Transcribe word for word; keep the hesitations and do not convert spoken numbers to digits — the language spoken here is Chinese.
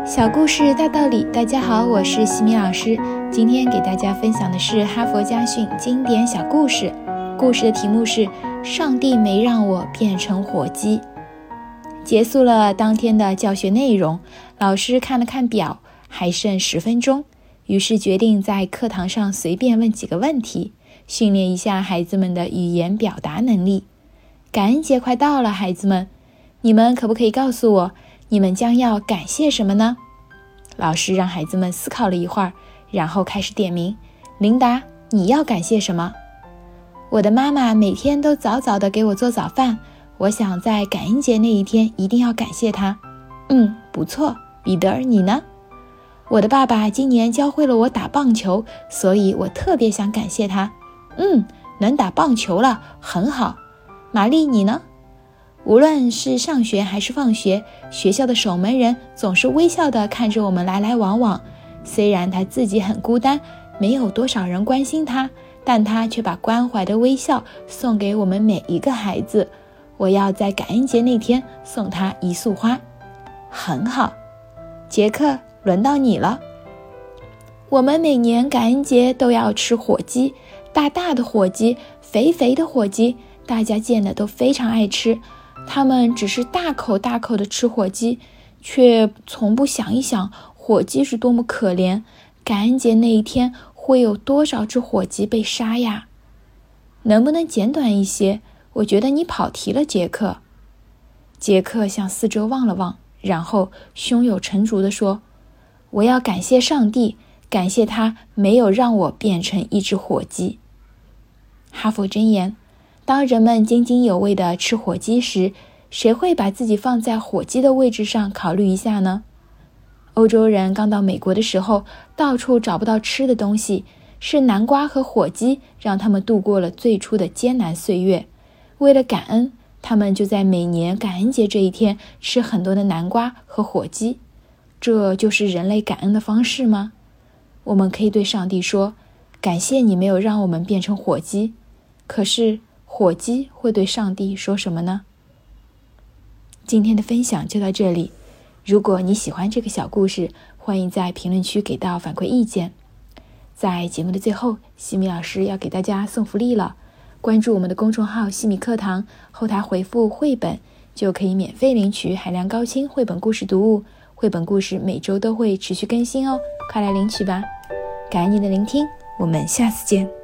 小故事大道理，大家好，我是西米老师。今天给大家分享的是哈佛家训经典小故事，故事的题目是上帝没让我变成火鸡。结束了当天的教学内容，老师看了看表，还剩十分钟，于是决定在课堂上随便问几个问题，训练一下孩子们的语言表达能力。感恩节快到了，孩子们，你们可不可以告诉我，你们将要感谢什么呢？老师让孩子们思考了一会儿，然后开始点名。琳达，你要感谢什么？我的妈妈每天都早早地给我做早饭，我想在感恩节那一天一定要感谢她。嗯，不错。彼得，你呢？我的爸爸今年教会了我打棒球，所以我特别想感谢他。嗯，能打棒球了，很好。玛丽，你呢？无论是上学还是放学，学校的守门人总是微笑地看着我们来来往往。虽然他自己很孤单，没有多少人关心他，但他却把关怀的微笑送给我们每一个孩子。我要在感恩节那天送他一束花。很好。杰克，轮到你了。我们每年感恩节都要吃火鸡，大大的火鸡，肥肥的火鸡，大家见的都非常爱吃。他们只是大口大口地吃火鸡，却从不想一想火鸡是多么可怜。感恩节那一天会有多少只火鸡被杀呀？能不能简短一些？我觉得你跑题了，杰克。杰克向四周望了望，然后胸有成竹地说，我要感谢上帝，感谢他没有让我变成一只火鸡。哈佛箴言，当人们津津有味地吃火鸡时，谁会把自己放在火鸡的位置上考虑一下呢？欧洲人刚到美国的时候，到处找不到吃的东西，是南瓜和火鸡让他们度过了最初的艰难岁月。为了感恩，他们就在每年感恩节这一天吃很多的南瓜和火鸡。这就是人类感恩的方式吗？我们可以对上帝说，感谢你没有让我们变成火鸡。可是火鸡会对上帝说什么呢？今天的分享就到这里。如果你喜欢这个小故事，欢迎在评论区给到反馈意见。在节目的最后，西米老师要给大家送福利了。关注我们的公众号西米课堂，后台回复绘本，就可以免费领取海量高清绘本故事读物。绘本故事每周都会持续更新哦，快来领取吧。感恩你的聆听，我们下次见。